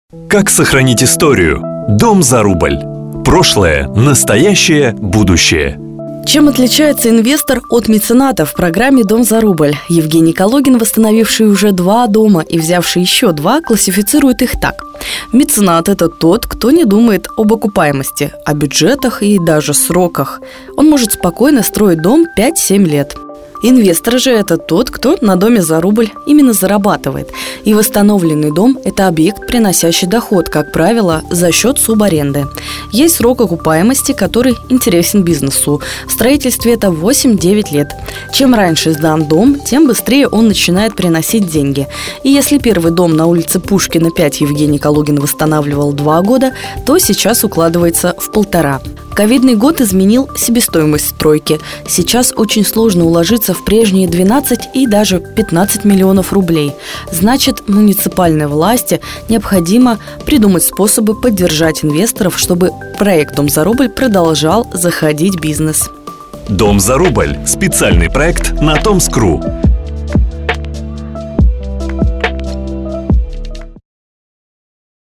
Как сохранить историю? Дом за рубль. Прошлое, настоящее, будущее. Чем отличается инвестор от мецената в программе «Дом за рубль»? Евгений Калугин, восстановивший уже 2 дома и взявший еще 2, классифицирует их так. Меценат – это тот, кто не думает об окупаемости, о бюджетах и даже сроках. Он может спокойно строить дом 5-7 лет. Инвестор же – это тот, кто на доме за рубль именно зарабатывает. И восстановленный дом – это объект, приносящий доход, как правило, за счет субаренды. Есть срок окупаемости, который интересен бизнесу. В строительстве это 8-9 лет. Чем раньше сдан дом, тем быстрее он начинает приносить деньги. И если первый дом на улице Пушкина 5 Евгений Калугин восстанавливал 2 года, то сейчас укладывается в 1,5. Ковидный год изменил себестоимость стройки. Сейчас очень сложно уложиться в прежние 12 и даже 15 миллионов рублей. Значит, муниципальной власти необходимо придумать способы поддержать инвесторов, чтобы проект «Дом за рубль» продолжал заходить бизнес. Дом за рубль. Специальный проект на Томск.ру.